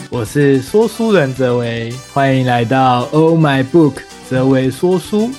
我是说书人泽维，欢迎来到 Oh My Book 泽维说书。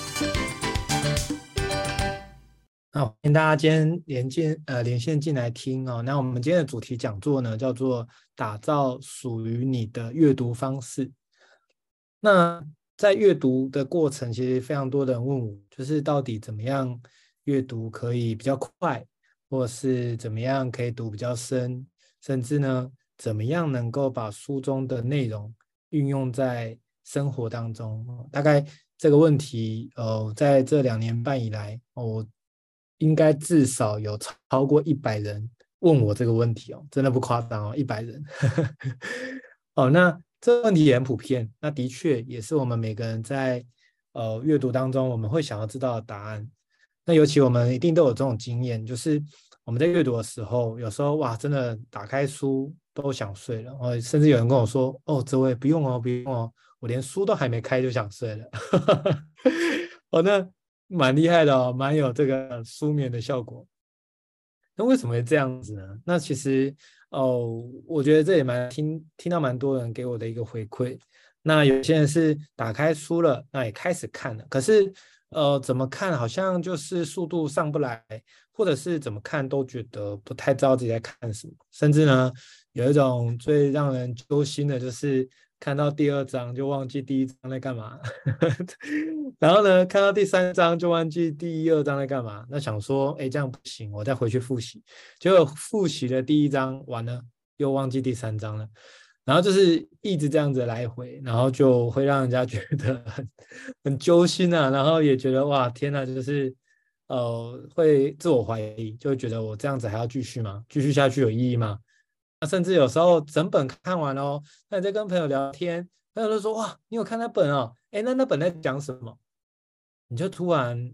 那欢迎大家今天连线进来听哦。那我们今天的主题讲座呢，叫做打造属于你的阅读方式。那在阅读的过程，其实非常多人问我，就是到底怎么样阅读可以比较快，或是怎么样可以读比较深，甚至呢，怎么样能够把书中的内容运用在生活当中。大概这个问题，在这2年半以来，我应该至少有超过100人问我这个问题哦，真的不夸张哦，100人。哦，那这个问题也很普遍，那的确也是我们每个人在阅读当中我们会想要知道的答案。那尤其我们一定都有这种经验，就是我们在阅读的时候，有时候哇，真的打开书都想睡了，甚至有人跟我说：“哦，这位不用哦，不用哦，我连书都还没开就想睡了。”哦，那蛮厉害的哦，蛮有这个舒眠的效果。那为什么会这样子呢？那其实我觉得这也听到蛮多人给我的一个回馈。那有些人是打开书了，那也开始看了，可是怎么看好像就是速度上不来，或者是怎么看都觉得不太知道自己在看什么，甚至呢有一种最让人揪心的就是看到第2章就忘记第1章在干嘛。然后呢，看到第3章就忘记第2章在干嘛。那想说，哎，这样不行，我再回去复习。结果复习了第1章，完了又忘记第3章了。然后就是一直这样子来回，然后就会让人家觉得很揪心啊，然后也觉得哇，天哪，就是会自我怀疑，就会觉得我这样子还要继续吗？继续下去有意义吗？那甚至有时候整本看完哦，那你在跟朋友聊天，朋友都说哇，你有看那本哦？哎，那本在讲什么？你就突然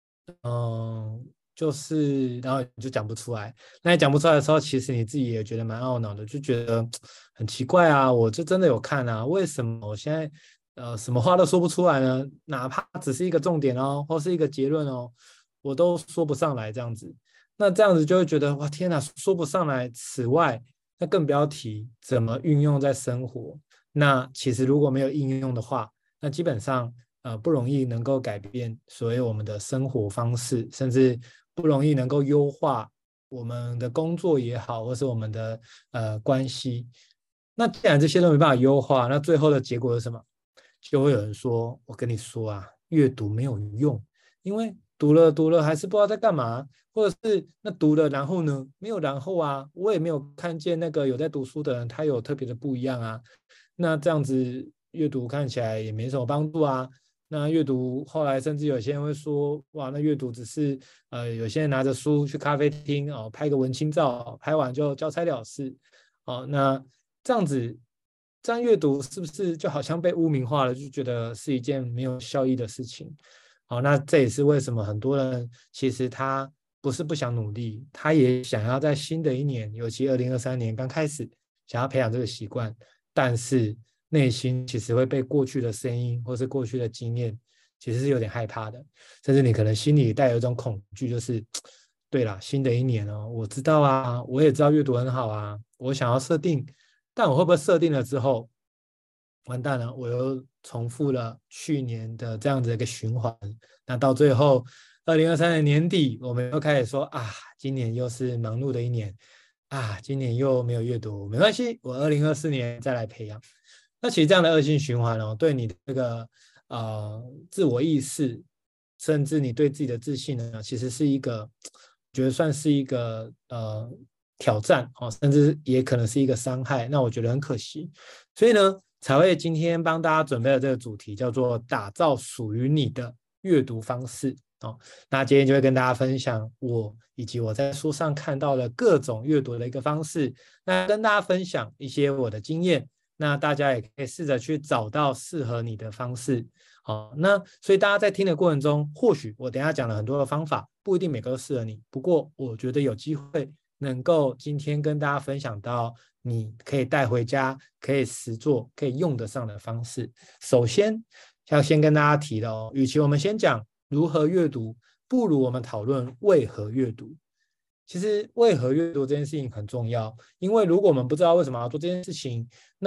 就是然后你就讲不出来。那你讲不出来的时候，其实你自己也觉得蛮懊恼的，就觉得很奇怪啊，我就真的有看啊，为什么我现在什么话都说不出来呢？哪怕只是一个重点哦，或是一个结论哦，我都说不上来这样子。那这样子就会觉得哇天哪，说不上来。此外，那更不要提怎么运用在生活。那其实如果没有应用的话，那基本上不容易能够改变所谓我们的生活方式，甚至不容易能够优化我们的工作也好，或是我们的关系。那既然这些都没办法优化，那最后的结果是什么？就会有人说：“我跟你说啊，阅读没有用，因为读了还是不知道在干嘛，或者是那读了然后呢，没有然后啊，我也没有看见那个有在读书的人他有特别的不一样啊。那这样子阅读看起来也没什么帮助啊。那阅读后来甚至有些人会说，哇，那阅读只是有些人拿着书去咖啡厅哦，拍个文青照，拍完就交差了事。哦，那这样子这样阅读是不是就好像被污名化了，就觉得是一件没有效益的事情？好，那这也是为什么很多人其实他不是不想努力，他也想要在新的一年，尤其2023年刚开始，想要培养这个习惯，但是内心其实会被过去的声音或是过去的经验，其实是有点害怕的，甚至你可能心里带有一种恐惧，就是对啦，新的一年哦，我知道啊，我也知道阅读很好啊，我想要设定，但我会不会设定了之后，完蛋了，我又重复了去年的这样子一个循环。那到最后2023年年底，我们又开始说啊，今年又是忙碌的一年啊，今年又没有阅读，没关系，我2024年再来培养。那其实这样的恶性循环哦，对你的这个自我意识，甚至你对自己的自信呢，其实是一个，觉得算是一个挑战哦，甚至也可能是一个伤害。那我觉得很可惜，所以呢，才会今天帮大家准备的这个主题叫做打造属于你的阅读方式哦。那今天就会跟大家分享我以及我在书上看到的各种阅读的一个方式，那跟大家分享一些我的经验。那大家也可以试着去找到适合你的方式。好，那所以大家在听的过程中，或许我等一下讲了很多的方法，不一定每个都适合你。不过我觉得有机会能够今天跟大家分享到你可以带回家、可以实做、可以用得上的方式。首先要先跟大家提的哦，与其我们先讲如何阅读，不如我们讨论为何阅读。其实为何阅读这件事情很重要，因为如果我们不知道为什么要做这件事情，那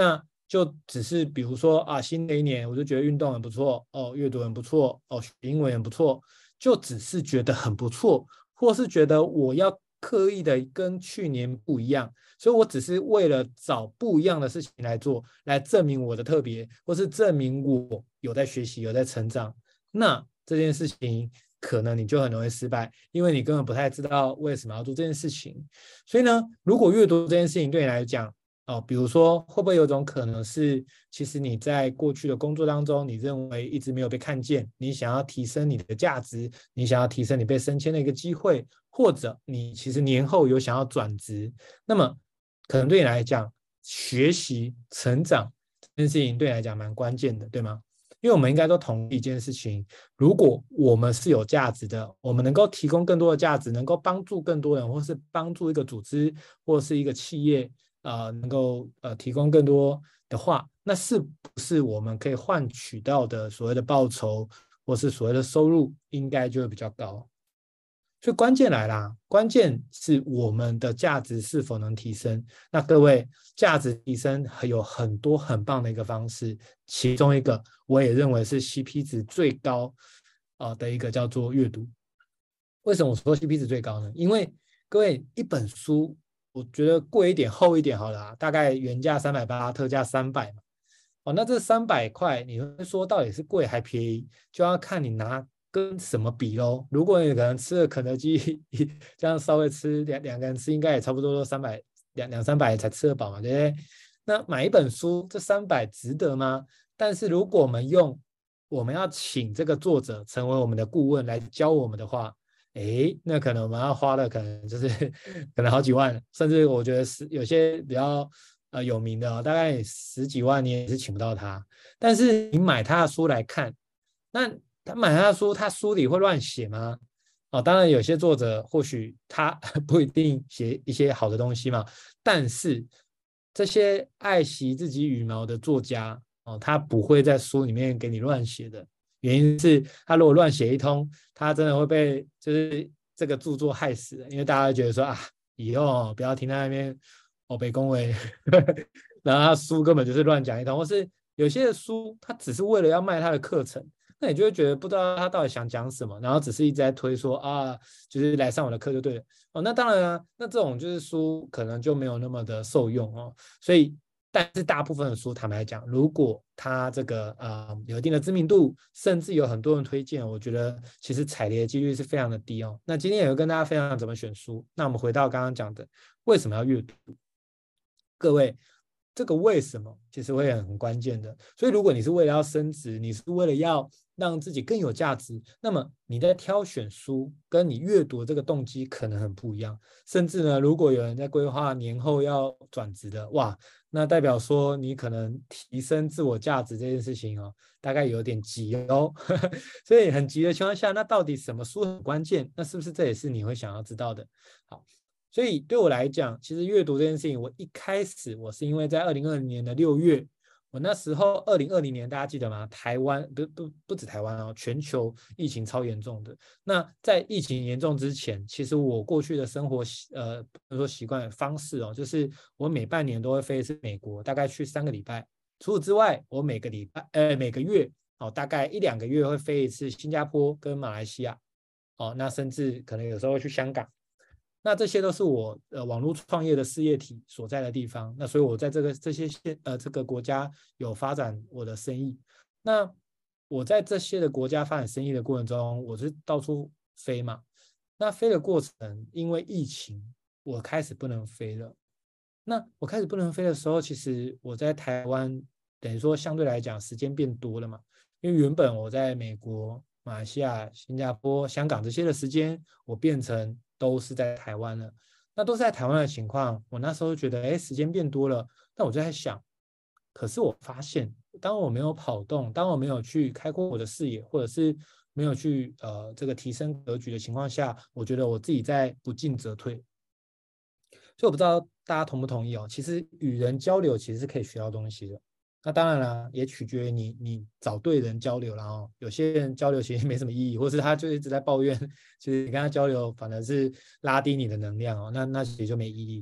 就只是比如说啊，新的一年我就觉得运动很不错哦，阅读很不错哦，学英文很不错，就只是觉得很不错，或是觉得我要刻意的跟去年不一样，所以我只是为了找不一样的事情来做，来证明我的特别，或是证明我有在学习，有在成长。那这件事情可能你就很容易失败，因为你根本不太知道为什么要做这件事情。所以呢，如果阅读这件事情对你来讲，哦，比如说会不会有种可能是，其实你在过去的工作当中，你认为一直没有被看见，你想要提升你的价值，你想要提升你被升迁的一个机会，或者你其实年后有想要转职，那么可能对你来讲，学习成长这件事情对你来讲蛮关键的，对吗？因为我们应该都同意一件事情，如果我们是有价值的，我们能够提供更多的价值，能够帮助更多人，或是帮助一个组织或是一个企业，能够提供更多的话，那是不是我们可以换取到的所谓的报酬或是所谓的收入，应该就会比较高？所以关键来啦，关键是我们的价值是否能提升。那各位，价值提升有很多很棒的一个方式，其中一个我也认为是 CP 值最高的一个叫做阅读。为什么我说 CP 值最高呢？因为各位一本书，我觉得贵一点、厚一点好了，大概原价380，特价300嘛。哦，那这300块，你会说到底是贵还便宜，就要看你拿跟什么比咯。如果你可能吃了肯德基，这样稍微吃两个人吃，应该也差不多都300两三百才吃得饱嘛，对不对？那买一本书，这300值得吗？但是如果我们要请这个作者成为我们的顾问来教我们的话，那可能我们要花的可能就是可能好几万，甚至我觉得是有些比较有名的，大概10几万你也是请不到他。但是你买他的书来看，那他买他的书，他书里会乱写吗？哦，当然有些作者或许他不一定写一些好的东西嘛，但是这些爱惜自己羽毛的作家哦，他不会在书里面给你乱写的。原因是他如果乱写一通，他真的会被就是这个著作害死的，因为大家会觉得说啊，以后不要听他那边被恭维，然后他书根本就是乱讲一通，或是有些的书他只是为了要卖他的课程，那你就会觉得不知道他到底想讲什么，然后只是一直在推说啊，就是来上我的课就对了哦。那当然啊，那这种就是书可能就没有那么的受用哦，所以。但是大部分的书，坦白讲，如果它这个有一定的知名度，甚至有很多人推荐，我觉得其实踩雷的几率是非常的低哦。那今天也会跟大家分享怎么选书。那我们回到刚刚讲的，为什么要阅读？各位，这个为什么其实会很关键的。所以如果你是为了要升职，你是为了要让自己更有价值，那么你在挑选书跟你阅读这个动机可能很不一样。甚至呢，如果有人在规划年后要转职的，哇，那代表说你可能提升自我价值这件事情哦，大概有点急哦。所以很急的情况下，那到底什么书很关键？那是不是这也是你会想要知道的？好。所以对我来讲，其实阅读这件事情，我一开始我是因为在2020年的6月，我那时候2020年大家记得吗？台湾不止台湾哦，全球疫情超严重的。那在疫情严重之前，其实我过去的生活比如说习惯方式哦，就是我每半年都会飞一次美国，大概去3个礼拜。除此之外，我每个月哦，大概1、2个月会飞一次新加坡跟马来西亚哦，那甚至可能有时候会去香港。那这些都是我网络创业的事业体所在的地方。那所以我在这个国家有发展我的生意。那我在这些的国家发展生意的过程中，我是到处飞嘛。那飞的过程，因为疫情，我开始不能飞了。那我开始不能飞的时候，其实我在台湾等于说相对来讲时间变多了嘛。因为原本我在美国、马来西亚、新加坡、香港这些的时间，我变成都是在台湾了。那都是在台湾的情况，我那时候觉得，时间变多了。那我就在想，可是我发现，当我没有跑动，当我没有去开阔我的视野，或者是没有去这个提升格局的情况下，我觉得我自己在不进则退。所以我不知道大家同不同意哦。其实与人交流其实是可以学到东西的。那当然啦，也取决于你找对人交流了哦。有些人交流其实没什么意义，或是他就一直在抱怨，其实你跟他交流反而是拉低你的能量哦。那其实就没意义。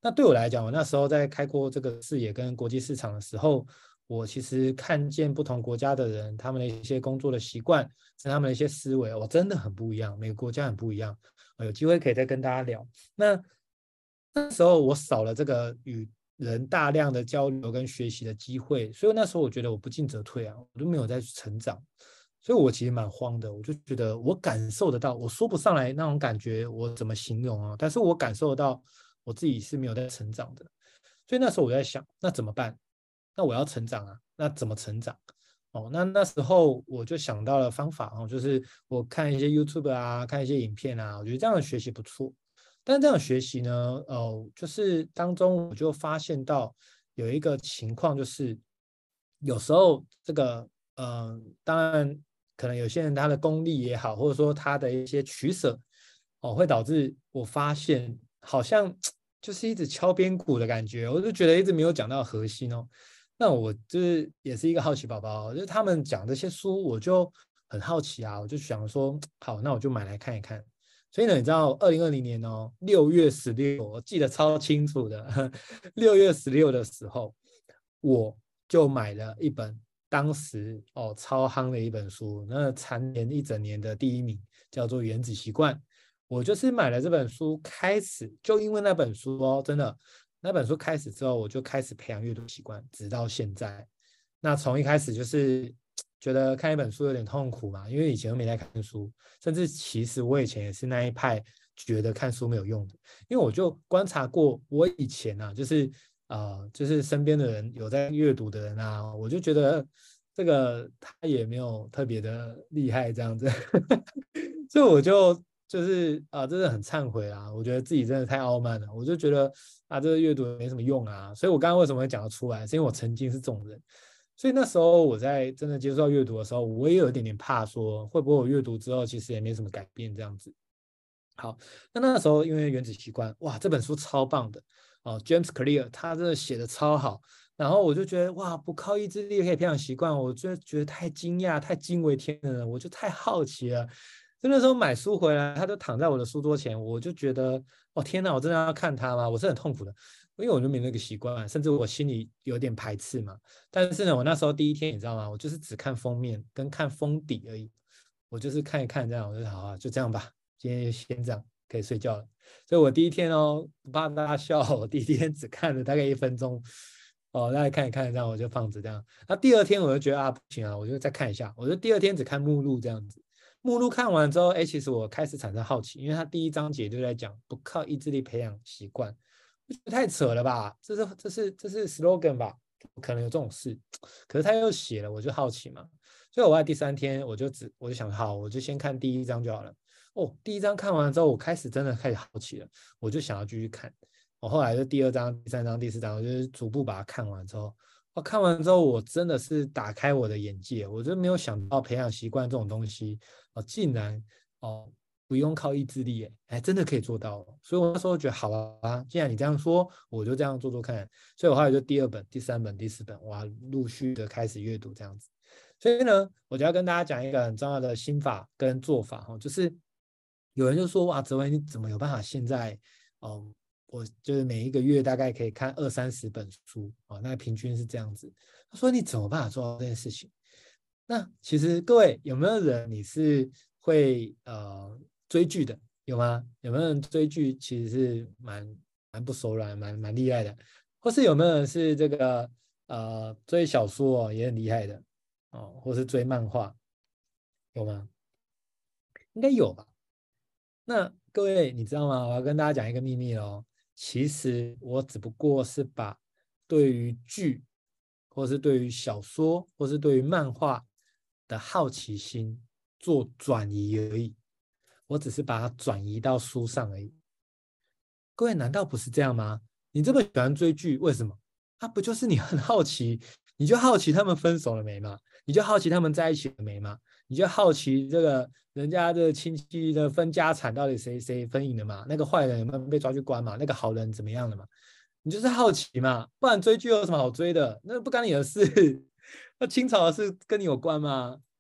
那对我来讲，我那时候在开阔这个视野跟国际市场的时候，我其实看见不同国家的人，他们的一些工作的习惯，跟他们的一些思维，我真的很不一样，每个国家很不一样。有机会可以再跟大家聊。那时候我少了这个与人大量的交流跟学习的机会，所以那时候我觉得我不进则退啊，我都没有在成长，所以我其实蛮慌的。我就觉得我感受得到，我说不上来那种感觉，我怎么形容啊？但是我感受得到我自己是没有在成长的，所以那时候我在想，那怎么办？那我要成长啊，那怎么成长？哦，那时候我就想到了方法哦，就是我看一些 YouTube 啊，看一些影片啊，我觉得这样的学习不错。但这样学习呢，就是当中我就发现到有一个情况，就是有时候这个，当然可能有些人他的功力也好，或者说他的一些取舍，哦，会导致我发现好像就是一直敲边鼓的感觉，我就觉得一直没有讲到核心哦。那我就是也是一个好奇宝宝，就是他们讲这些书，我就很好奇啊，我就想说，好，那我就买来看一看。所以呢，你知道2020年哦，6月16，我记得超清楚的，6月16的时候，我就买了一本当时超夯的一本书，那蝉联一整年的第一名，叫做《原子习惯》。我就是买了这本书，开始就因为那本书哦，真的那本书开始之后，我就开始培养阅读习惯，直到现在。那从一开始就是觉得看一本书有点痛苦嘛，因为以前都没在看书，甚至其实我以前也是那一派觉得看书没有用的，因为我就观察过我以前啊，就是身边的人有在阅读的人啊，我就觉得这个他也没有特别的厉害这样子，所以我就是真的很忏悔啊！我觉得自己真的太傲慢了，我就觉得这个阅读没什么用啊。所以我刚刚为什么会讲得出来，是因为我曾经是这种人。所以那时候我在真的接触到阅读的时候，我也有一点点怕说，会不会我阅读之后其实也没什么改变这样子。好，那时候因为原子习惯，哇，这本书超棒的哦，James Clear 他真的写的超好，然后我就觉得哇，不靠意志力可以培养习惯，我就觉得太惊讶、太惊为天人了，我就太好奇了。就那时候买书回来，他就躺在我的书桌前，我就觉得哦天哪，我真的要看它吗？我是很痛苦的，因为我就没那个习惯，甚至我心里有点排斥嘛。但是呢，我那时候第一天你知道吗？我就是只看封面跟看封底而已，我就是看一看这样，我就好啊，就这样吧。今天就先这样，可以睡觉了。所以我第一天哦，不怕大家笑，我第一天只看了大概1分钟，哦，大概看一看，这样我就放着这样。那第二天我就觉得不行啊，我就再看一下。我就第二天只看目录这样子，目录看完之后，哎，其实我开始产生好奇，因为他第一章节就在讲不靠意志力培养习惯，我觉得太扯了吧？这是 slogan 吧？不可能有这种事。可是他又写了，我就好奇嘛。所以我在第三天我就想，好，我就先看第一章就好了。哦，第一章看完之后，我真的开始好奇了，我就想要继续看。我后来就第二章、第三章、第四章，我就是逐步把它看完之后，我看完之后，我真的是打开我的眼界，我就没有想到培养习惯这种东西，竟然不用靠意志力，哎，真的可以做到。所以我那时候觉得好啊，既然你这样说，我就这样做做看。所以我后来就第二本、第三本、第四本，哇，陆续的开始阅读这样子。所以呢，我就要跟大家讲一个很重要的心法跟做法就是有人就说哇，泽维你怎么有办法现在我就是每一个月大概可以看20-30本书那平均是这样子。他说你怎么办法做到这件事情？那其实各位有没有人你是会追剧的？有吗？有没有人追剧其实是蛮不手软、蛮厉害的？或是有没有人是这个追小说也很厉害的或是追漫画？有吗？应该有吧。那各位你知道吗？我要跟大家讲一个秘密哦。其实我只不过是把对于剧，或是对于小说，或是对于漫画的好奇心做转移而已。我只是把它转移到书上而已。各位难道不是这样吗？你这么喜欢追剧，为什么？不就是你很好奇，你就好奇他们分手了没嘛？你就好奇他们在一起了没嘛？你就好奇这个人家的亲戚的分家产到底谁分赢了嘛？那个坏人有没有被抓去关嘛？那个好人怎么样了嘛？你就是好奇嘛，不然追剧有什么好追的？那不干你的事。那清朝的事跟你有关吗？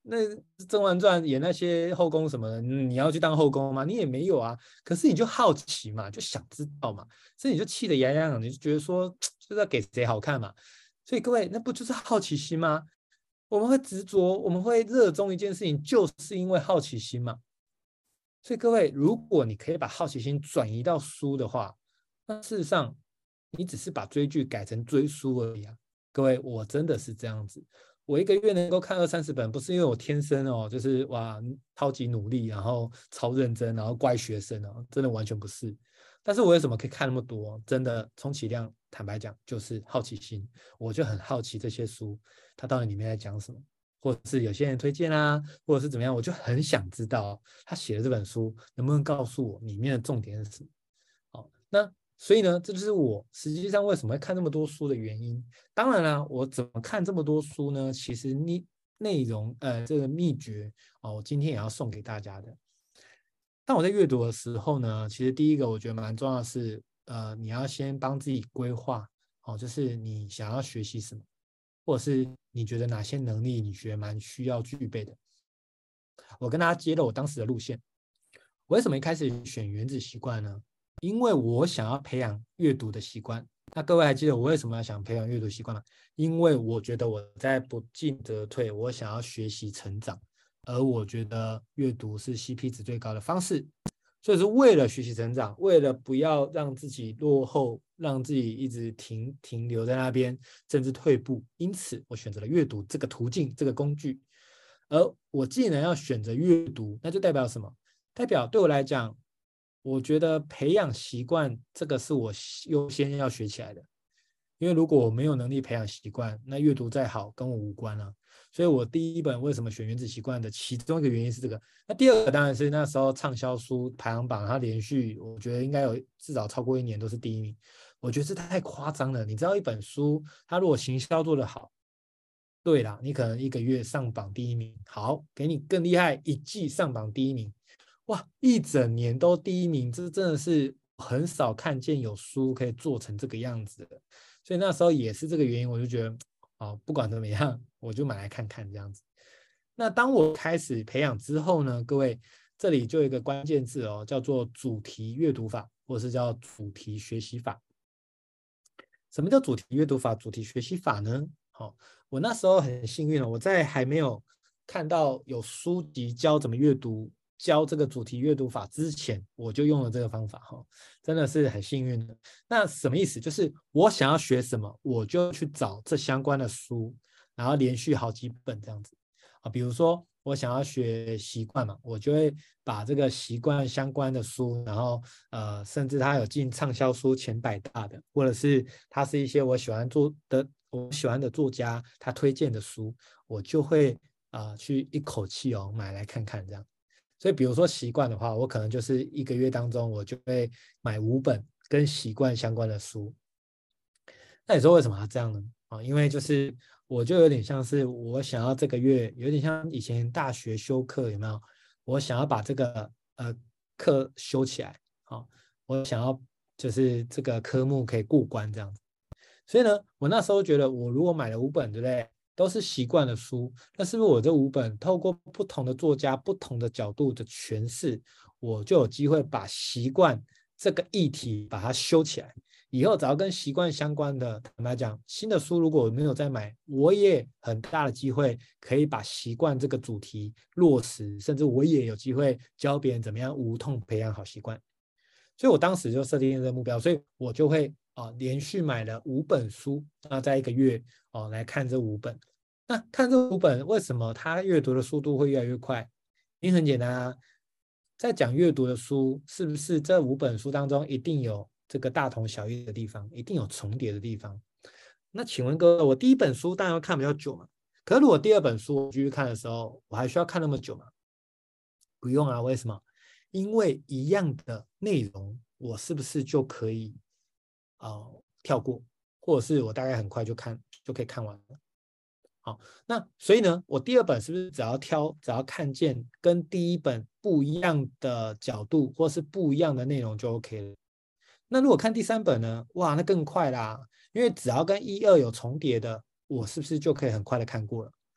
那《甄嬛传》演那些后宫什么的，你要去当后宫吗？你也没有啊。可是你就好奇嘛，就想知道嘛，所以你就气得牙痒痒，你就觉得说就是要给谁好看嘛。所以各位，那不就是好奇心吗？我们会执着，我们会热衷一件事情，就是因为好奇心嘛。所以各位，如果你可以把好奇心转移到书的话，那事实上你只是把追剧改成追书而已啊。各位，我真的是这样子，我一个月能够看20-30本，不是因为我天生就是哇超级努力，然后超认真，然后乖学生真的完全不是。但是我为什么可以看那么多？真的，充其量坦白讲就是好奇心，我就很好奇这些书它到底里面在讲什么。或者是有些人推荐啊，或者是怎么样，我就很想知道他写的这本书能不能告诉我里面的重点是什么。好，那所以呢，这就是我实际上为什么会看这么多书的原因。当然啦，我怎么看这么多书呢？其实内容这个秘诀我今天也要送给大家的。当我在阅读的时候呢，其实第一个我觉得蛮重要的是，你要先帮自己规划，就是你想要学习什么，或者是你觉得哪些能力你觉得蛮需要具备的。我跟大家接了我当时的路线。我为什么一开始选原子习惯呢？因为我想要培养阅读的习惯。那各位还记得我为什么要想培养阅读习惯吗？因为我觉得我在不进则退，我想要学习成长，而我觉得阅读是 CP 值最高的方式。所以是为了学习成长，为了不要让自己落后，让自己一直停留在那边，甚至退步，因此我选择了阅读这个途径，这个工具。而我既然要选择阅读，那就代表什么？代表对我来讲，我觉得培养习惯这个是我优先要学起来的。因为如果我没有能力培养习惯，那阅读再好跟我无关了。所以我第一本为什么选原子习惯的其中一个原因是这个。那第二个当然是那时候畅销书排行榜，它连续我觉得应该有至少超过1年都是第1名。我觉得这太夸张了。你知道一本书，它如果行销做得好，对啦，你可能1个月上榜第1名，好，给你更厉害，1季上榜第1名，哇，一整年都第1名，这真的是很少看见有书可以做成这个样子的。所以那时候也是这个原因，我就觉得不管怎么样，我就买来看看这样子。那当我开始培养之后呢，各位这里就有一个关键字叫做主题阅读法，或者是叫主题学习法。什么叫主题阅读法、主题学习法呢？我那时候很幸运我在还没有看到有书籍教怎么阅读、教这个主题阅读法之前，我就用了这个方法真的是很幸运的。那什么意思？就是我想要学什么，我就去找这相关的书，然后连续好几本这样子比如说我想要学习惯嘛，我就会把这个习惯相关的书，然后甚至它有进畅销书前100大的，或者是它是一些我喜欢的作家他推荐的书，我就会去一口气买来看看这样。所以比如说习惯的话，我可能就是1个月当中我就会买5本跟习惯相关的书。那你说为什么要这样呢？因为就是我就有点像是我想要这个月有点像以前大学修课有没有？我想要把这个课修起来，我想要就是这个科目可以过关这样子。所以呢，我那时候觉得我如果买了5本，对不对？都是习惯的书，那是不是我这5本透过不同的作家、不同的角度的诠释，我就有机会把习惯这个议题把它修起来？以后只要跟习惯相关的，坦白讲，新的书如果我没有再买，我也很大的机会可以把习惯这个主题落实，甚至我也有机会教别人怎么样无痛培养好习惯。所以我当时就设定这个目标，所以我就会连续买了5本书，那在1个月来看这5本。那看这5本，为什么它阅读的速度会越来越快？因为很简单啊，在讲阅读的书，是不是这5本书当中一定有这个大同小异的地方，一定有重叠的地方？那请问各位，我第1本书当然要看比较久嘛，可是如果第2本书我继续看的时候，我还需要看那么久吗？不用啊，为什么？因为一样的内容，我是不是就可以跳过，或者是我大概很快就可以看完了？好，那所以呢，我第2本是不是只要看见跟第1本不一样的角度，或是不一样的内容就 OK 了？那如果看第3本呢？哇，那更快啦，因为只要跟1、2有重叠的，我是不是就可以很快的看过了？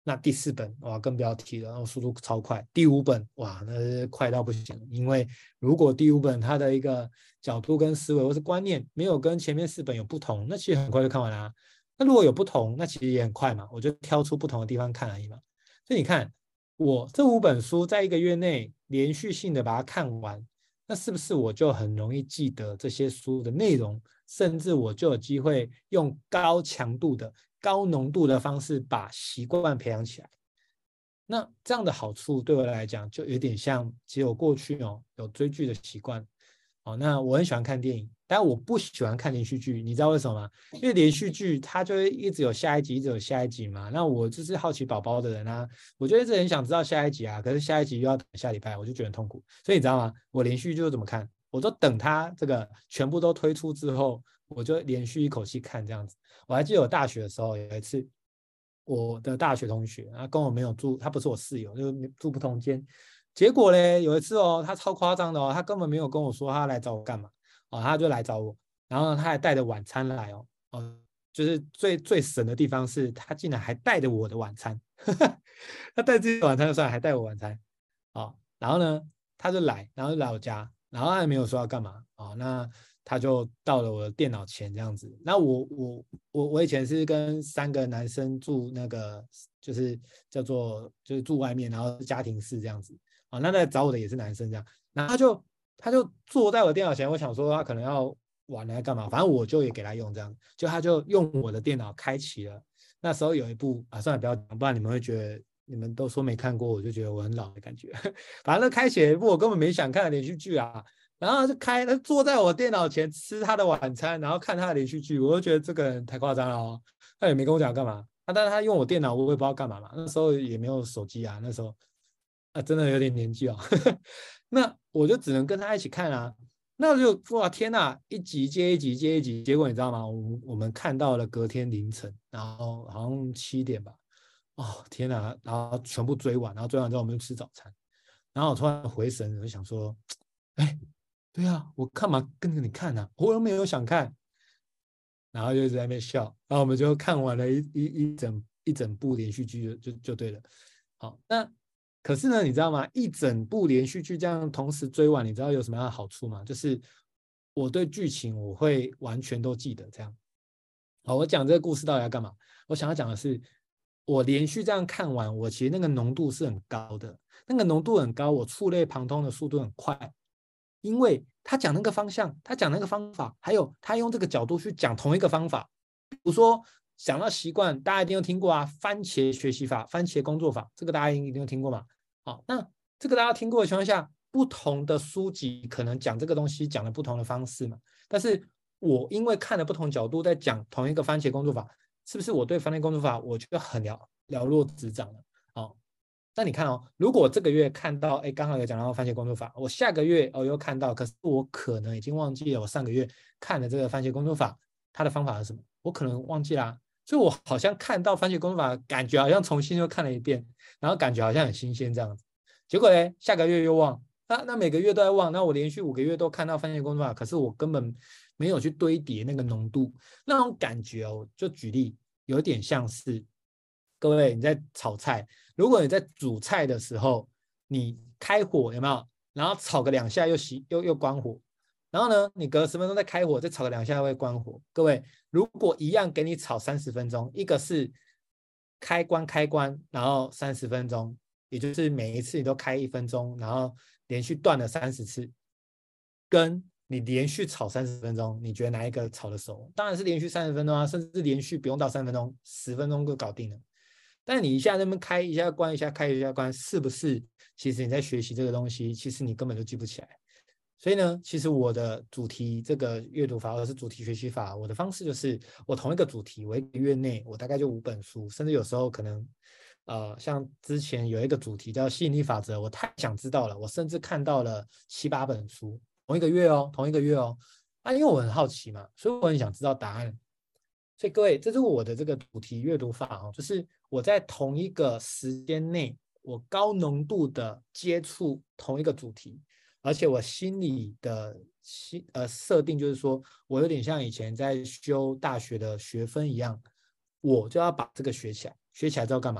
那第4本哇更不要提了，然后速度超快。第5本哇那是快到不行，因为如果第5本它的一个角度跟思维或是观念没有跟前面4本有不同，那其实很快就看完啦。那如果有不同，那其实也很快嘛，我就挑出不同的地方看而已嘛。所以你看，我这5本书在1个月内连续性的把它看完，那是不是我就很容易记得这些书的内容，甚至我就有机会用高强度的、高浓度的方式把习惯培养起来？那这样的好处对我来讲，就有点像，其实我过去有追剧的习惯，那我很喜欢看电影，但我不喜欢看连续剧，你知道为什么吗？因为连续剧它就会一直有下一集，一直有下一集嘛。那我就是好奇宝宝的人啊，我就一直很想知道下一集啊，可是下一集又要等下礼拜，我就觉得很痛苦。所以你知道吗？我连续剧就怎么看？我都等它这个全部都推出之后，我就连续一口气看这样子。我还记得我大学的时候有一次，我的大学同学，跟我没有住，他不是我室友，就是住不同间。结果嘞，有一次他超夸张的他根本没有跟我说他来找我干嘛他就来找我，然后他还带着晚餐来就是最神的地方是他竟然还带着我的晚餐，他带自己的晚餐就算，还带我晚餐然后呢，他就来，然后就来我家，然后他也没有说要干嘛那他就到了我的电脑前这样子。那我以前是跟3个男生住那个，就是叫做就是住外面，然后家庭式这样子那来找我的也是男生这样，然后他就坐在我电脑前，我想说他可能要玩来干嘛，反正我就也给他用这样，就他就用我的电脑开启了。那时候有一部算了不要讲，不然你们会觉得你们都说没看过，我就觉得我很老的感觉。反正开启了一部我根本没想看的连续剧然后他坐在我电脑前吃他的晚餐，然后看他的连续剧，我就觉得这个人太夸张了他也没跟我讲干嘛但是他用我电脑，我也不知道干嘛嘛。那时候也没有手机那时候真的有点年纪那我就只能跟他一起看那就哇天哪，一集接一集接一集，结果你知道吗？我们看到了隔天凌晨，然后好像7点吧。天哪！然后全部追完，然后追完之后我们就吃早餐。然后我突然回神，我就想说，哎，对啊，我干嘛跟着你看呢我又没有想看。然后就一直在那边笑，然后我们就看完了一整部连续剧就对了。好，那可是呢，你知道吗？一整部连续剧这样同时追完，你知道有什么样的好处吗？就是我对剧情我会完全都记得。这样，好，我讲这个故事到底要干嘛？我想要讲的是，我连续这样看完，我其实那个浓度是很高的，那个浓度很高，我触类旁通的速度很快，因为他讲那个方向，他讲那个方法，还有他用这个角度去讲同一个方法。比如说想到习惯，大家一定有听过番茄学习法、番茄工作法，这个大家一定有听过嘛？好，那这个大家听过的情况下，不同的书籍可能讲这个东西讲了不同的方式嘛。但是我因为看了不同角度在讲同一个番茄工作法，是不是我对番茄工作法我就很了若指掌了？那你看如果这个月看到，刚好有讲到番茄工作法，我下个月又看到，可是我可能已经忘记了我上个月看的这个番茄工作法，它的方法是什么？我可能忘记啦，所以我好像看到番茄工作法，感觉好像重新又看了一遍，然后感觉好像很新鲜这样子。结果呢，下个月又忘，那每个月都在忘，那我连续5个月都看到番茄工作法，可是我根本没有去堆叠那个浓度，那种感觉就举例，有点像是各位你在炒菜。如果你在煮菜的时候，你开火有没有？然后炒个2下又关火，然后呢，你隔10分钟再开火，再炒个2下又会关火。各位，如果一样给你炒30分钟，一个是开关，然后30分钟，也就是每一次你都开1分钟，然后连续断了30次，跟你连续炒30分钟，你觉得哪一个炒的熟？当然是连续30分钟甚至连续不用到3分钟，10分钟就搞定了。但你一下那边开一下关一下开一下关，是不是其实你在学习这个东西，其实你根本就记不起来。所以呢，其实我的主题这个阅读法或者是主题学习法，我的方式就是我同一个主题，我1个月内我大概就5本书，甚至有时候可能像之前有一个主题叫吸引力法则，我太想知道了，我甚至看到了7、8本书，同一个月因为我很好奇嘛，所以我很想知道答案。所以各位，这是我的这个主题阅读法就是我在同一个时间内，我高浓度的接触同一个主题，而且我心里的设定就是说，我有点像以前在修大学的学分一样，我就要把这个学起来。学起来之后干嘛？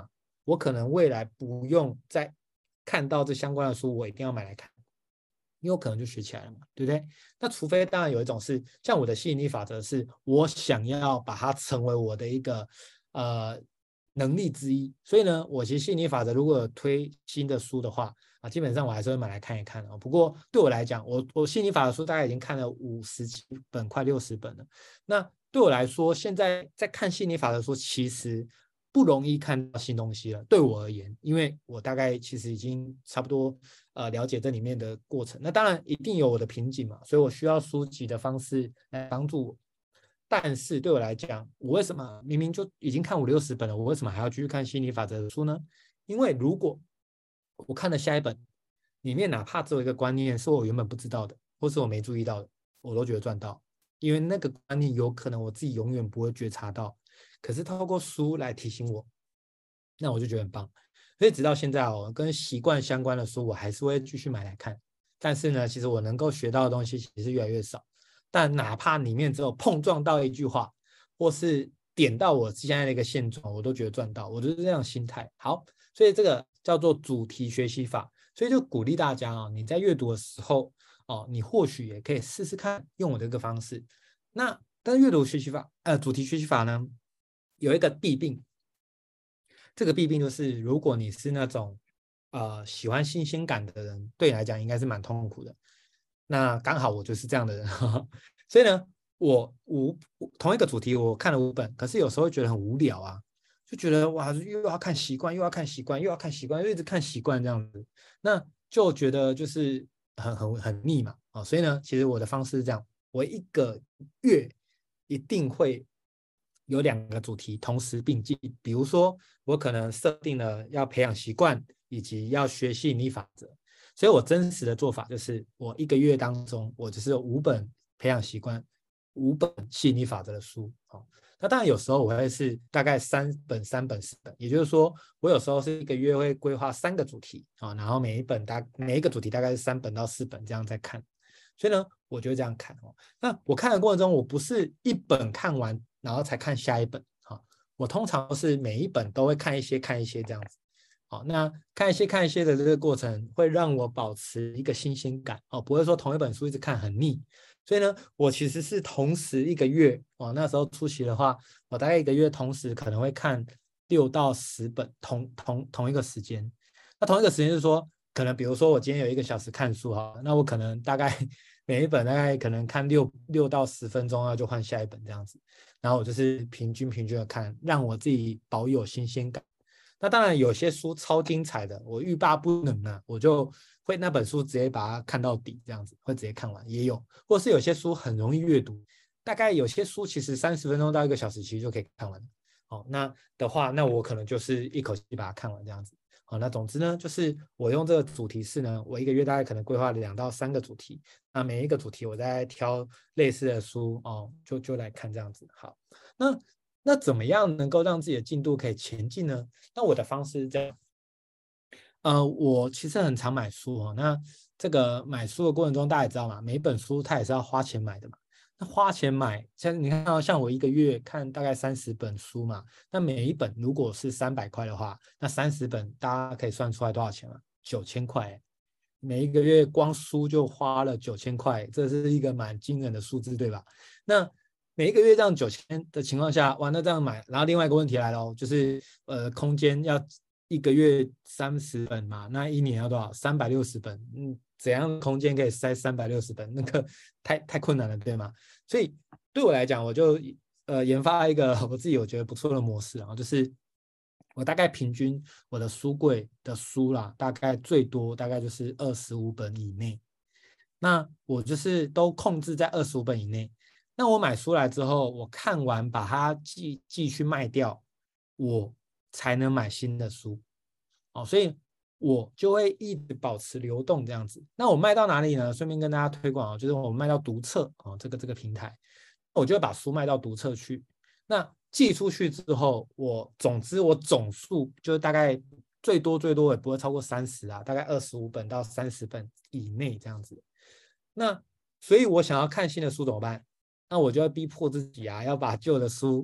我可能未来不用再看到这相关的书，我一定要买来看，因为我可能就学起来了嘛，对不对？那除非当然有一种是像我的吸引力法则，是我想要把它成为我的一个能力之一，所以呢，我其实吸引力法则如果有推新的书的话啊，基本上我还是会买来看一看啊。不过对我来讲，我吸引力法则书大概已经看了50几本，快60本了。那对我来说，现在在看吸引力法则书，其实不容易看到新东西了。对我而言，因为我大概其实已经差不多了解这里面的过程。那当然一定有我的瓶颈嘛，所以我需要书籍的方式来帮助我。但是对我来讲，我为什么明明就已经看50、60本了，我为什么还要继续看心理法则的书呢？因为如果我看了下一本，里面哪怕只有一个观念是我原本不知道的，或是我没注意到的，我都觉得赚到，因为那个观念有可能我自己永远不会觉察到，可是透过书来提醒我，那我就觉得很棒。所以直到现在哦，跟习惯相关的书，我还是会继续买来看。但是呢，其实我能够学到的东西其实越来越少。但哪怕里面只有碰撞到一句话，或是点到我现在的一个现状，我都觉得赚到。我就是这样心态。好，所以这个叫做主题学习法。所以就鼓励大家啊，你在阅读的时候哦，你或许也可以试试看用我这个方式。那但是阅读学习法，主题学习法呢，有一个弊病。这个弊病就是，如果你是那种喜欢新鲜感的人，对你来讲应该是蛮痛苦的。那刚好我就是这样的人，所以呢，我同一个主题我看了5本，可是有时候会觉得很无聊啊，就觉得哇又要看习惯，又要看习惯，又要看习惯，又一直看习惯这样子，那就觉得就是很腻嘛啊，所以呢，其实我的方式是这样，我1个月一定会有2个主题同时并进，比如说我可能设定了要培养习惯，以及要学吸引力法则。所以我真实的做法就是，我1个月当中，我就是有5本培养习惯、5本吸引力法则的书。哦，那当然有时候我会是大概3本、3本、4本，也就是说，我有时候是1个月会规划3个主题啊，然后每一个主题大概是3本到4本这样在看。所以呢，我就这样看哦。那我看的过程中，我不是一本看完然后才看下一本啊，我通常都是每一本都会看一些这样子。好，那看一些的这个过程会让我保持一个新鲜感哦，不会说同一本书一直看很腻。所以呢，我其实是同时1个月哦，那时候出席的话，我大概1个月同时可能会看6到10本，同一个时间。那同一个时间就是说，可能比如说我今天有1个小时看书哈，那我可能大概每一本大概可能看6到10分钟啊，就换下一本这样子。然后我就是平均的看，让我自己保有新鲜感。那当然有些书超精彩的，我欲罢不能啊，我就会那本书直接把它看到底，这样子会直接看完，也有，或是有些书很容易阅读，大概有些书其实30分钟到1个小时其实就可以看完。好，那的话，那我可能就是一口气把它看完这样子。好，那总之呢，就是我用这个主题式呢，我1个月大概可能规划2到3个主题，那每一个主题我再挑类似的书哦，就来看这样子。好，那怎么样能够让自己的进度可以前进呢？那我的方式是这样，我其实很常买书哦。那这个买书的过程中，大家也知道嘛，每一本书它也是要花钱买的嘛。那花钱买，像你看到像我1个月看大概30本书嘛，那每一本如果是300块的话，那30本大家可以算出来多少钱吗？9000块，每1个月光书就花了9000块，这是一个蛮惊人的数字，对吧？那每1个月这样9000的情况下，哇，那这样买，然后另外一个问题来了，就是空间要1个月30本嘛，那1年要多少？360本，怎样空间可以塞360本？那个太困难了，对吗？所以对我来讲，我就研发一个我自己我觉得不错的模式，然后就是我大概平均我的书柜的书啦，大概最多大概就是25本以内。那我就是都控制在25本以内。那我买书来之后，我看完把它寄去卖掉，我才能买新的书。哦，所以我就会一直保持流动这样子。那我卖到哪里呢？顺便跟大家推广哦，就是我卖到读册哦，这个平台，我就会把书卖到读册去。那寄出去之后，总之我总数就大概最多也不会超过30啊，大概25本到30本以内这样子。那所以我想要看新的书怎么办？那我就要逼迫自己啊，要把旧的书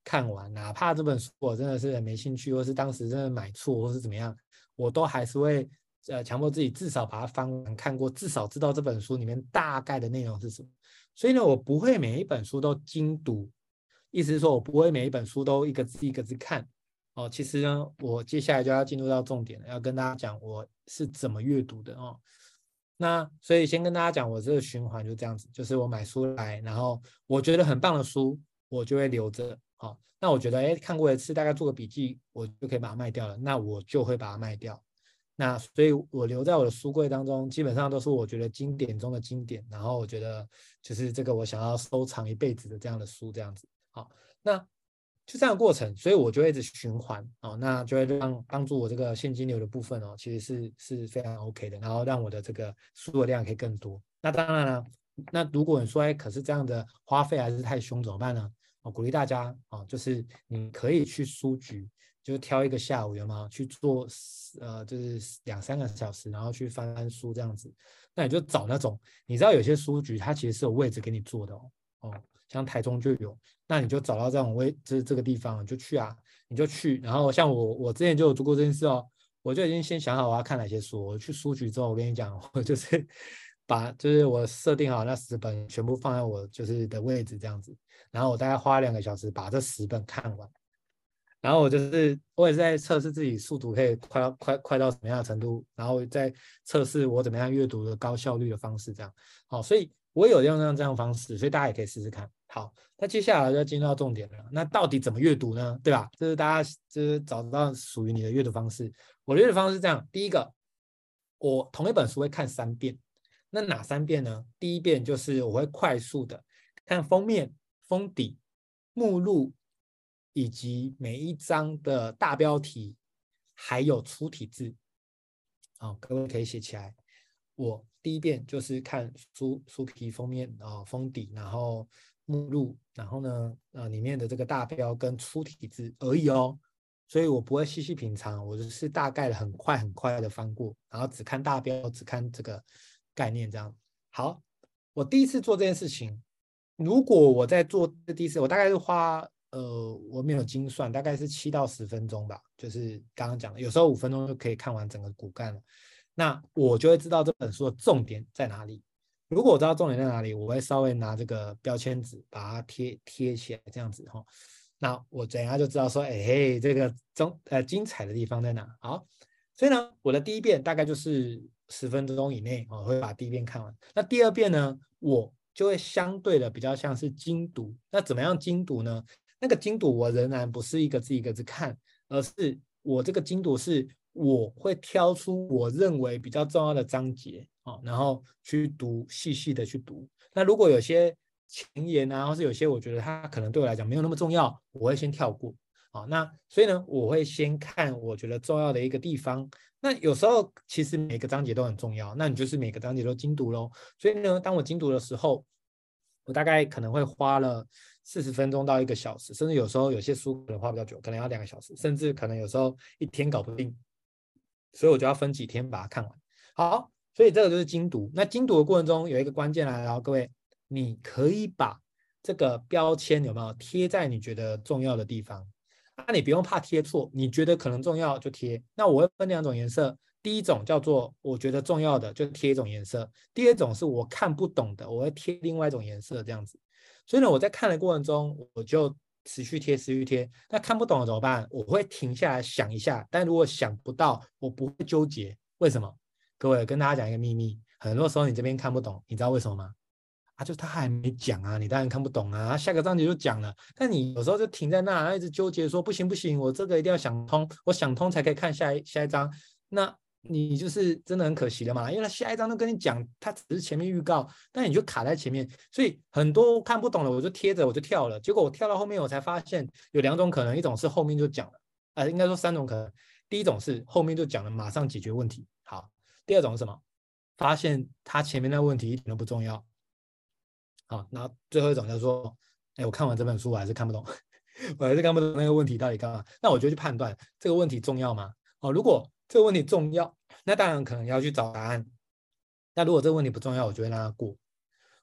看完，哪怕这本书我真的是很没兴趣，或是当时真的买错，或是怎么样，我都还是会强迫自己至少把它翻完看过，至少知道这本书里面大概的内容是什么。所以呢，我不会每一本书都精读，意思是说我不会每一本书都一个字一个字看。哦，其实呢，我接下来就要进入到重点了，要跟大家讲我是怎么阅读的哦。那所以先跟大家讲，我这个循环就这样子，就是我买书来，然后我觉得很棒的书，我就会留着。好，那我觉得看过一次，大概做个笔记，我就可以把它卖掉了，那我就会把它卖掉。那所以我留在我的书柜当中，基本上都是我觉得经典中的经典，然后我觉得就是这个我想要收藏一辈子的这样的书，这样子。好，那就这样的过程，所以我就会一直循环哦，那就会帮助我这个现金流的部分哦，其实是非常 OK 的，然后让我的这个书的量可以更多。那当然了，那如果你说可是这样的花费还是太凶怎么办呢？我鼓励大家就是你可以去书局，就挑一个下午有没有去做就是2-3个小时，然后去翻翻书这样子。那你就找那种你知道有些书局它其实是有位置给你坐的像台中就有，那你就找到这种这个地方，你就去啊，你就去。然后像我之前就有做过这件事哦，我就已经先想好我要看哪些书。我去书局之后，我跟你讲，我就是就是我设定好那10本全部放在我就是的位置这样子，然后我大概花2个小时把这10本看完。然后我也是在测试自己速读可以快到什么样的程度，然后在测试我怎么样阅读的高效率的方式这样。好，所以我有用这样的方式，所以大家也可以试试看。好，那接下来就要进入到重点了。那到底怎么阅读呢？对吧？这是大家就是找到属于你的阅读方式。我的阅读方式是这样：第一个，我同一本书会看3遍。那哪3遍呢？第一遍就是我会快速的看封面、封底、目录以及每一章的大标题，还有粗体字。各位可以写起来。我第一遍就是看书皮封面封底，然后目录，然后呢里面的这个大标跟粗体字而已哦，所以我不会细细品尝，我就是大概的很快的翻过，然后只看大标，只看这个概念这样。好，我第一次做这件事情，如果我在做第一次，我大概是花我没有精算，大概是7到10分钟吧，就是刚刚讲的，有时候5分钟就可以看完整个骨干了。那我就会知道这本书的重点在哪里。如果我知道重点在哪里，我会稍微拿这个标签纸把它贴起来，这样子哈。那我等一下就知道说，嘿，这个精彩的地方在哪？好，所以呢，我的第一遍大概就是10分钟以内，我会把第一遍看完。那第二遍呢，我就会相对的比较像是精读。那怎么样精读呢？那个精读我仍然不是一个字一个字看，而是我这个精读是我会挑出我认为比较重要的章节然后去读，细细的去读。那如果有些前言啊，或是有些我觉得它可能对我来讲没有那么重要，我会先跳过。那所以呢，我会先看我觉得重要的一个地方。那有时候其实每个章节都很重要，那你就是每个章节都精读咯。所以呢，当我精读的时候，我大概可能会花了40分钟到1个小时，甚至有时候有些书可能花比较久，可能要2个小时，甚至可能有时候1天搞不定，所以我就要分几天把它看完。好，所以这个就是精读。那精读的过程中有一个关键来了，各位，你可以把这个标签有没有贴在你觉得重要的地方？你不用怕贴错，你觉得可能重要就贴。那我会分2种颜色，第一种叫做我觉得重要的就贴一种颜色，第二种是我看不懂的，我会贴另外一种颜色这样子。所以呢，我在看的过程中，我就持续贴。那看不懂了怎么办？我会停下来想一下，但如果想不到，我不会纠结。为什么？各位跟大家讲一个秘密，很多时候你这边看不懂，你知道为什么吗？就他还没讲啊，你当然看不懂啊，下个章节就讲了，但你有时候就停在那，然后一直纠结说不行，我这个一定要想通，我想通才可以看下一章，那你就是真的很可惜了嘛，因为他下一章都跟你讲，他只是前面预告，但你就卡在前面，所以很多看不懂了，我就贴着我就跳了，结果我跳到后面我才发现有2种可能，一种是后面就讲了，应该说3种可能，第一种是后面就讲了，马上解决问题，好，第二种是什么？发现他前面的问题一点都不重要。好，然后最后一种就是说，我看完这本书我还是看不懂，我还是看不懂那个问题到底干嘛。那我就去判断这个问题重要吗？如果这个问题重要，那当然可能要去找答案。那如果这个问题不重要，我就会让它过。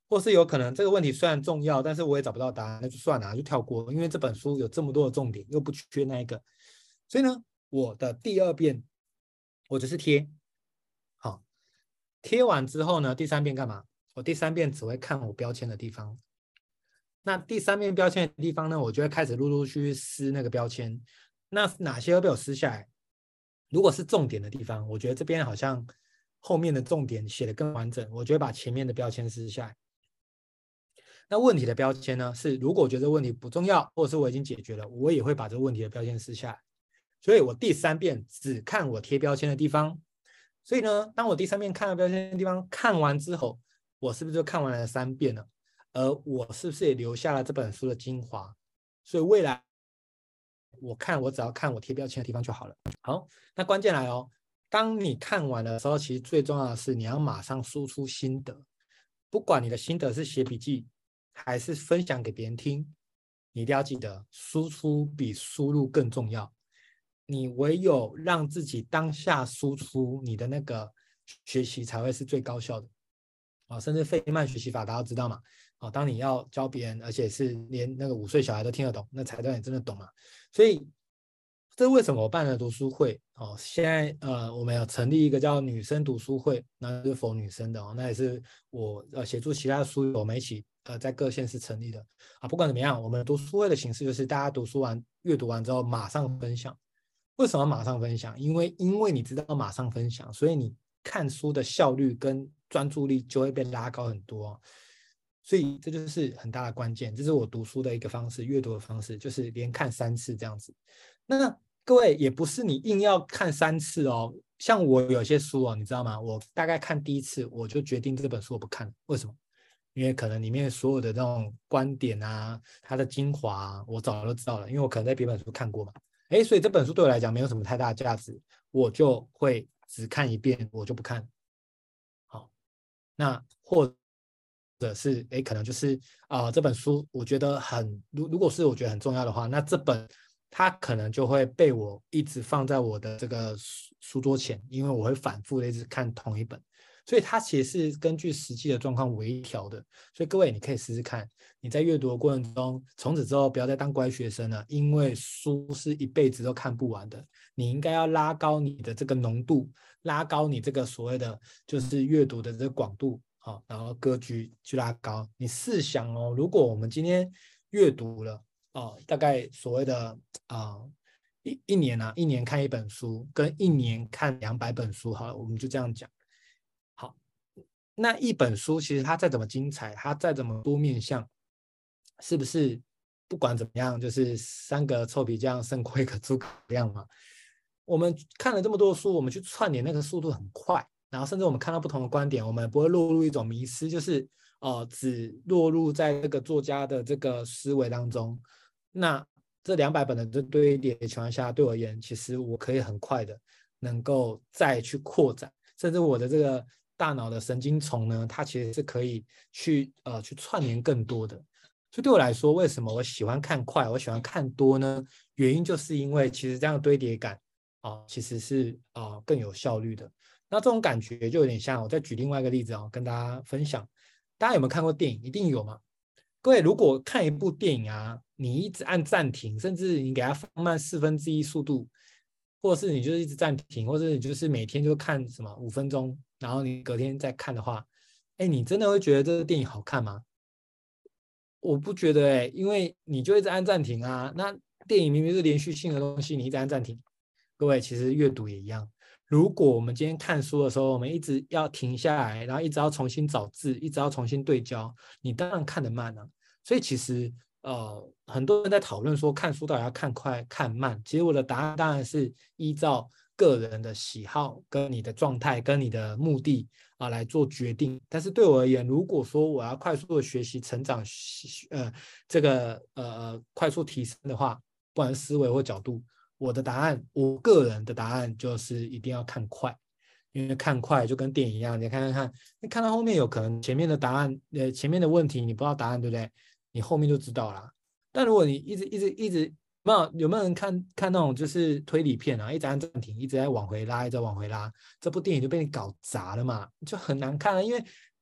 或是有可能这个问题虽然重要，但是我也找不到答案，那就算了，就跳过，因为这本书有这么多的重点，又不缺那一个。所以呢，我的第二遍我只是贴，好，贴完之后呢，第三遍干嘛？我第三遍只会看我标签的地方。那第三遍标签的地方呢，我就会开始陆陆续续撕那个标签。那哪些会被我撕下来？如果是重点的地方，我觉得这边好像后面的重点写得更完整，我就会把前面的标签撕下来。那问题的标签呢，是如果我觉得这个问题不重要，或者是我已经解决了，我也会把这个问题的标签撕下来。所以我第三遍只看我贴标签的地方。所以呢，当我第三遍看到标签的地方看完之后，我是不是就看完了3遍了？而我是不是也留下了这本书的精华？所以未来我只要看我贴标签的地方就好了。好，那关键来哦，当你看完的时候，其实最重要的是你要马上输出心得，不管你的心得是写笔记还是分享给别人听，你一定要记得，输出比输入更重要。你唯有让自己当下输出，你的那个学习才会是最高效的。甚至费曼学习法大家都知道嘛。当你要教别人，而且是连那个5岁小孩都听得懂，那才算你真的懂嘛。所以这是为什么我办了读书会。现在我们有成立一个叫女生读书会，那就是 for 女生的。那也是我协助其他的书友我们一起在各县市成立的。不管怎么样，我们读书会的形式就是大家读书完阅读完之后马上分享。为什么马上分享？因为你知道马上分享，所以你看书的效率跟专注力就会被拉高很多。所以这就是很大的关键，这是我读书的一个方式，阅读的方式，就是连看3次这样子。那各位也不是你硬要看3次哦，像我有些书哦，你知道吗？我大概看第1次我就决定这本书我不看了。为什么？因为可能里面所有的那种观点啊，它的精华我早就知道了，因为我可能在别本书看过嘛。所以这本书对我来讲没有什么太大的价值，我就会只看1遍，我就不看。好，那或者是可能就是这本书我觉得如果是我觉得很重要的话，那这本它可能就会被我一直放在我的这个书桌前，因为我会反复的一直看同一本。所以它其实是根据实际的状况微调的。所以各位你可以试试看，你在阅读的过程中，从此之后不要再当乖学生了，因为书是一辈子都看不完的。你应该要拉高你的这个浓度，拉高你这个所谓的就是阅读的这个广度，然后格局去拉高。你试想哦，如果我们今天阅读了大概所谓的一年看1本书，跟1年看200本书，好了，我们就这样讲。好，那一本书其实它再怎么精彩，它再怎么多面向，是不是不管怎么样，就是3个臭皮匠胜过1个诸葛亮嘛？我们看了这么多书，我们去串联那个速度很快，然后甚至我们看到不同的观点，我们不会落入一种迷失，就是只落入在这个作家的这个思维当中。那这200本的这堆叠的情况下，对我而言，其实我可以很快的能够再去扩展，甚至我的这个大脑的神经丛呢，它其实是可以去串联更多的。所以对我来说，为什么我喜欢看快，我喜欢看多呢？原因就是因为其实这样的堆叠感其实是更有效率的。那这种感觉就有点像，我再举另外一个例子跟大家分享。大家有没有看过电影？一定有嘛。各位如果看一部电影你一直按暂停，甚至你给它放慢1/4速度，或者是你就是一直暂停，或者你就是每天就看什么5分钟，然后你隔天再看的话，你真的会觉得这个电影好看吗？我不觉得因为你就一直按暂停那电影明明是连续性的东西，你一直按暂停。各位其实阅读也一样，如果我们今天看书的时候，我们一直要停下来，然后一直要重新找字，一直要重新对焦，你当然看得慢所以其实很多人在讨论说看书到底要看快看慢，其实我的答案当然是依照个人的喜好跟你的状态跟你的目的来做决定。但是对我而言，如果说我要快速的学习成长这个快速提升的话，不管是思维或角度，我个人的答案就是一定要看快。因为看快就跟电影一样，你看到后面有可能前面的答案前面的问题你不知道答案，对不对？你后面就知道了。但如果你一直有没有人看那种就是推理片一直按暂停，一直在往回拉，一直往回拉，这部电影就被你搞砸了嘛，就很难看因为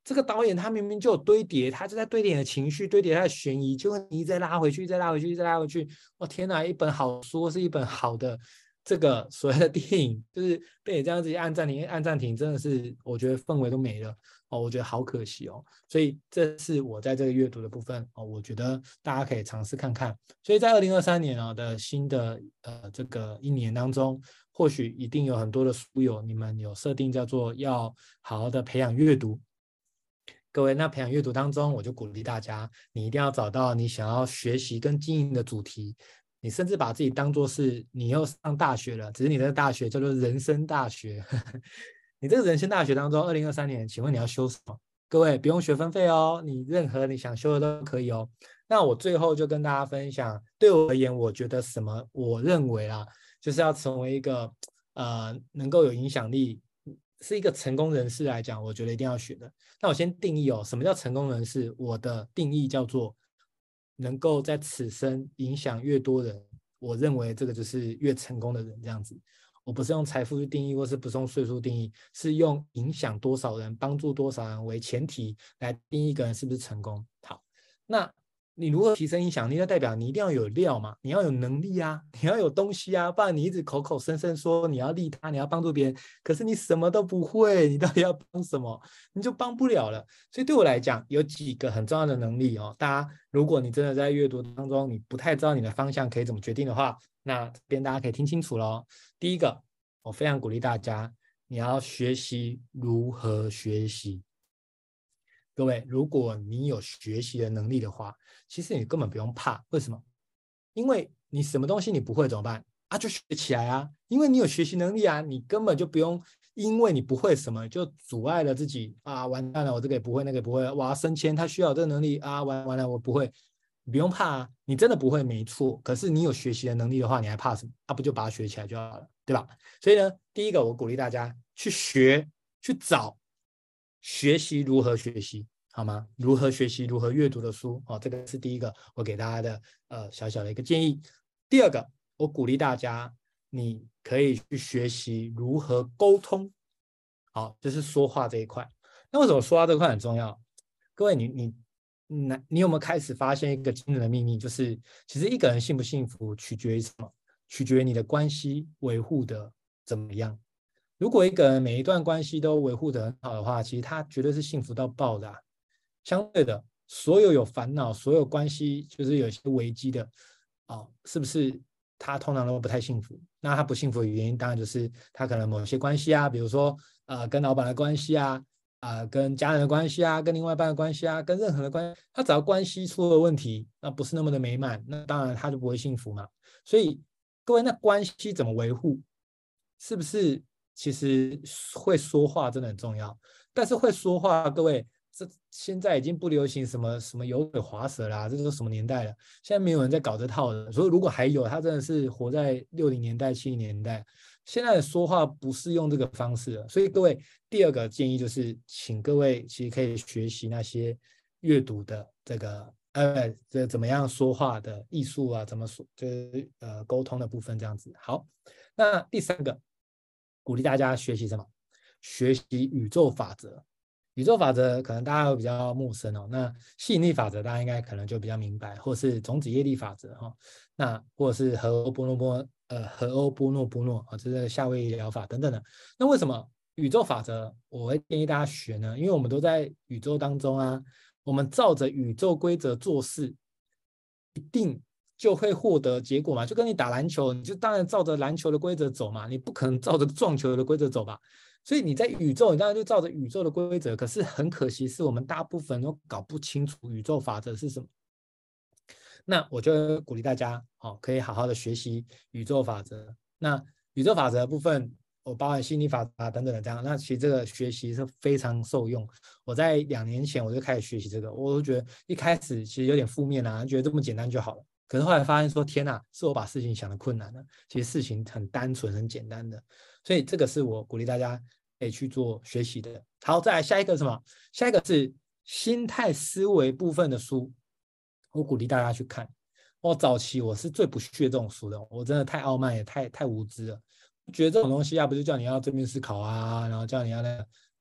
这个导演他明明就有堆叠，他就在堆叠你的情绪，堆叠他的悬疑，就会你一直在拉回去，一直在拉回去，一直在拉回去。哦天哪，一本好书是一本好的这个所谓的电影，就是被你这样子按暂停，按暂停，真的是我觉得氛围都没了哦，我觉得好可惜哦。所以这是我在这个阅读的部分哦，我觉得大家可以尝试看看。所以在2023年的新的这个一年当中，或许一定有很多的书友，你们有设定叫做要好好的培养阅读。各位，那培养阅读当中，我就鼓励大家，你一定要找到你想要学习跟经营的主题。你甚至把自己当作是你又上大学了，只是你的大学叫做人生大学。你这个人生大学当中，2023年，请问你要修什么？各位不用学分费哦，你任何你想修的都可以哦。那我最后就跟大家分享，对我而言，我觉得什么？我认为啊，就是要成为一个能够有影响力，是一个成功人士来讲，我觉得一定要学的。那我先定义哦，什么叫成功人士？我的定义叫做能够在此生影响越多人，我认为这个就是越成功的人这样子。我不是用财富去定义，或是不是用岁数定义，是用影响多少人、帮助多少人为前提来定义一个人是不是成功。好，那你如何提升影响力？那代表你一定要有料嘛，你要有能力啊，你要有东西啊，不然你一直口口声声说你要利他，你要帮助别人，可是你什么都不会，你到底要帮什么？你就帮不了了。所以对我来讲，有几个很重要的能力哦。大家，如果你真的在阅读当中，你不太知道你的方向可以怎么决定的话，那这边大家可以听清楚咯。第一个，我非常鼓励大家，你要学习如何学习。各位，如果你有学习的能力的话，其实你根本不用怕。为什么？因为你什么东西你不会怎么办啊？就学起来啊！因为你有学习能力啊，你根本就不用因为你不会什么就阻碍了自己啊！完蛋了，我这个也不会，那个也不会，我要升迁，他需要这个能力啊！完了，我不会，你不用怕啊！你真的不会没错，可是你有学习的能力的话，你还怕什么？啊，不就把它学起来就好了，对吧？所以呢，第一个我鼓励大家去学，去找。学习如何学习，好吗？如何学习，如何阅读的书哦，这个是第一个我给大家的小小的一个建议。第二个，我鼓励大家，你可以去学习如何沟通，好，就是说话这一块。那为什么说话这一块很重要？各位，你有没有开始发现一个惊人的秘密？就是其实一个人幸不幸福，取决于什么？取决于你的关系维护的怎么样。如果一个人每一段关系都维护得很好的话，其实他绝对是幸福到爆的啊。相对的，所有有烦恼、所有关系就是有些危机的，哦，是不是他通常都不太幸福？那他不幸福的原因，当然就是他可能某些关系啊，比如说跟老板的关系啊，跟家人的关系啊，跟另外一半的关系啊，跟任何的关系，他只要关系出了问题，那不是那么的美满，那当然他就不会幸福嘛。所以各位，那关系怎么维护？是不是其实会说话真的很重要？但是会说话，各位，这现在已经不流行什么什么油嘴滑舌啦，这都什么年代了？现在没有人在搞这套的。所以如果还有，他真的是活在60年代、70年代。现在的说话不是用这个方式了。所以各位，第二个建议就是，请各位其实可以学习那些阅读的这个这怎么样说话的艺术啊，怎么说就是沟通的部分这样子。好，那第三个鼓励大家学习什么？学习宇宙法则。宇宙法则可能大家会比较陌生哦，那吸引力法则大家应该可能就比较明白，或是种子业力法则哈，那或者是和欧波诺波诺啊，这是夏威夷疗法等等的。那为什么宇宙法则我会建议大家学呢？因为我们都在宇宙当中啊，我们照着宇宙规则做事，一定就会获得结果嘛。就跟你打篮球，你就当然照着篮球的规则走嘛，你不可能照着撞球的规则走吧。所以你在宇宙，你当然就照着宇宙的规则。可是很可惜，是我们大部分都搞不清楚宇宙法则是什么。那我就鼓励大家，可以好好的学习宇宙法则。那宇宙法则的部分，我包含心理法则等等的这样。那其实这个学习是非常受用。我在2年前我就开始学习这个，我就觉得一开始其实有点负面啊，觉得这么简单就好了。可是后来发现说，天哪，是我把事情想得困难了。其实事情很单纯、很简单的。所以这个是我鼓励大家可以去做学习的。好，再来下一个是什么？下一个是心态思维部分的书，我鼓励大家去看。早期我是最不屑这种书的，我真的太傲慢也太无知了，觉得这种东西不就叫你要正面思考啊，然后叫你要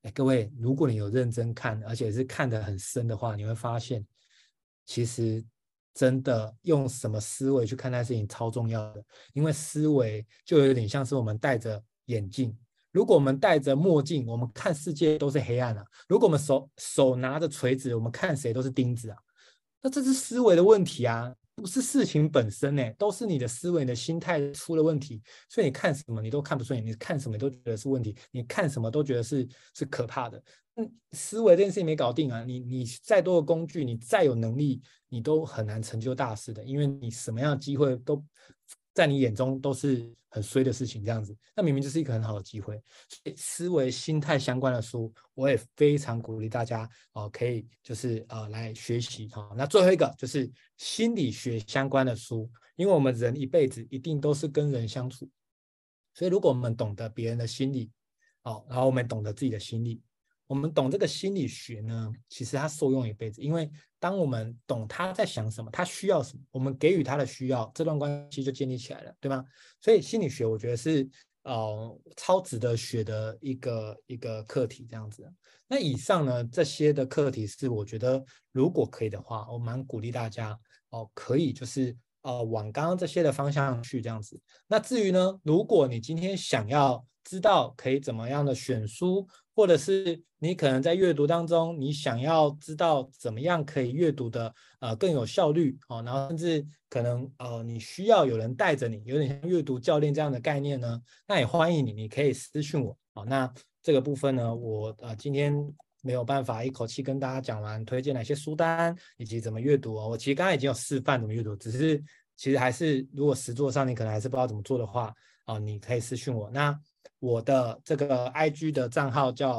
各位，如果你有认真看，而且是看得很深的话，你会发现，其实真的用什么思维去看待事情超重要的。因为思维就有点像是我们戴着眼镜，如果我们戴着墨镜，我们看世界都是黑暗啊；如果我们手拿着锤子，我们看谁都是钉子啊。那这是思维的问题啊，不是事情本身呢，都是你的思维、你的心态出了问题。所以你看什么你都看不顺眼，你看什么你都觉得是问题，你看什么都觉得是可怕的。思维这件事情没搞定啊，你再多的工具，你再有能力，你都很难成就大事的，因为你什么样的机会都在你眼中都是很衰的事情，这样子，那明明就是一个很好的机会。所以思维、心态相关的书，我也非常鼓励大家可以就是来学习那最后一个就是心理学相关的书，因为我们人一辈子一定都是跟人相处，所以如果我们懂得别人的心理然后我们懂得自己的心理，我们懂这个心理学呢，其实它受用一辈子，因为当我们懂他在想什么，他需要什么，我们给予他的需要，这段关系就建立起来了，对吗？所以心理学我觉得是超值得学的一个课题，这样子。那以上呢这些的课题是我觉得如果可以的话，我蛮鼓励大家可以就是往刚刚这些的方向去这样子。那至于呢，如果你今天想要知道可以怎么样的选书，或者是你可能在阅读当中，你想要知道怎么样可以阅读的更有效率然后甚至可能你需要有人带着你，有点像阅读教练这样的概念呢，那也欢迎你，你可以私讯我那这个部分呢，我今天没有办法一口气跟大家讲完推荐哪些书单以及怎么阅读我其实刚才已经有示范怎么阅读，只是其实还是如果实作上你可能还是不知道怎么做的话你可以私讯我。那我的这个 IG 的账号叫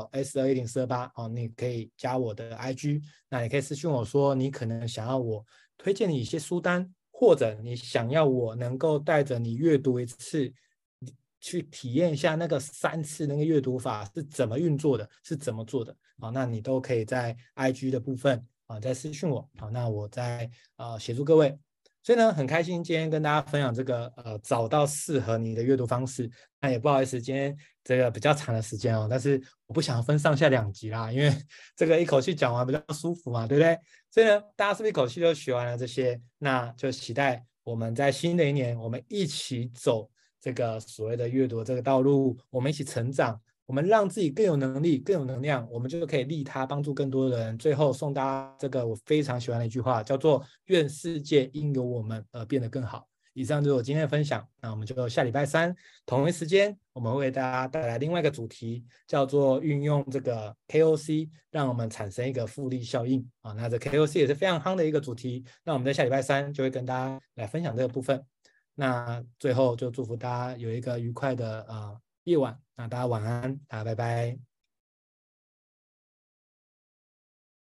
S21048你可以加我的 IG， 那你可以私讯我说你可能想要我推荐你一些书单，或者你想要我能够带着你阅读一次，去体验一下那个3次那个阅读法是怎么运作的，是怎么做的那你都可以在 IG 的部分再私讯我那我在协助各位。所以呢，很开心今天跟大家分享这个找到适合你的阅读方式。那也不好意思，今天这个比较长的时间但是我不想分上下2集啦，因为这个一口气讲完比较舒服嘛，对不对？所以呢，大家是不是一口气就学完了这些？那就期待我们在新的一年，我们一起走这个所谓的阅读这个道路，我们一起成长。我们让自己更有能力、更有能量，我们就可以利他，帮助更多的人。最后送大家这个我非常喜欢的一句话，叫做"愿世界因有我们而变得更好"。以上就是我今天的分享，那我们就下礼拜3同一时间，我们会为大家带来另外一个主题，叫做运用这个 KOC， 让我们产生一个复利效应那这 KOC 也是非常夯的一个主题。那我们在下礼拜3就会跟大家来分享这个部分。那最后就祝福大家有一个愉快的夜晚，那大家晚安，大家拜拜。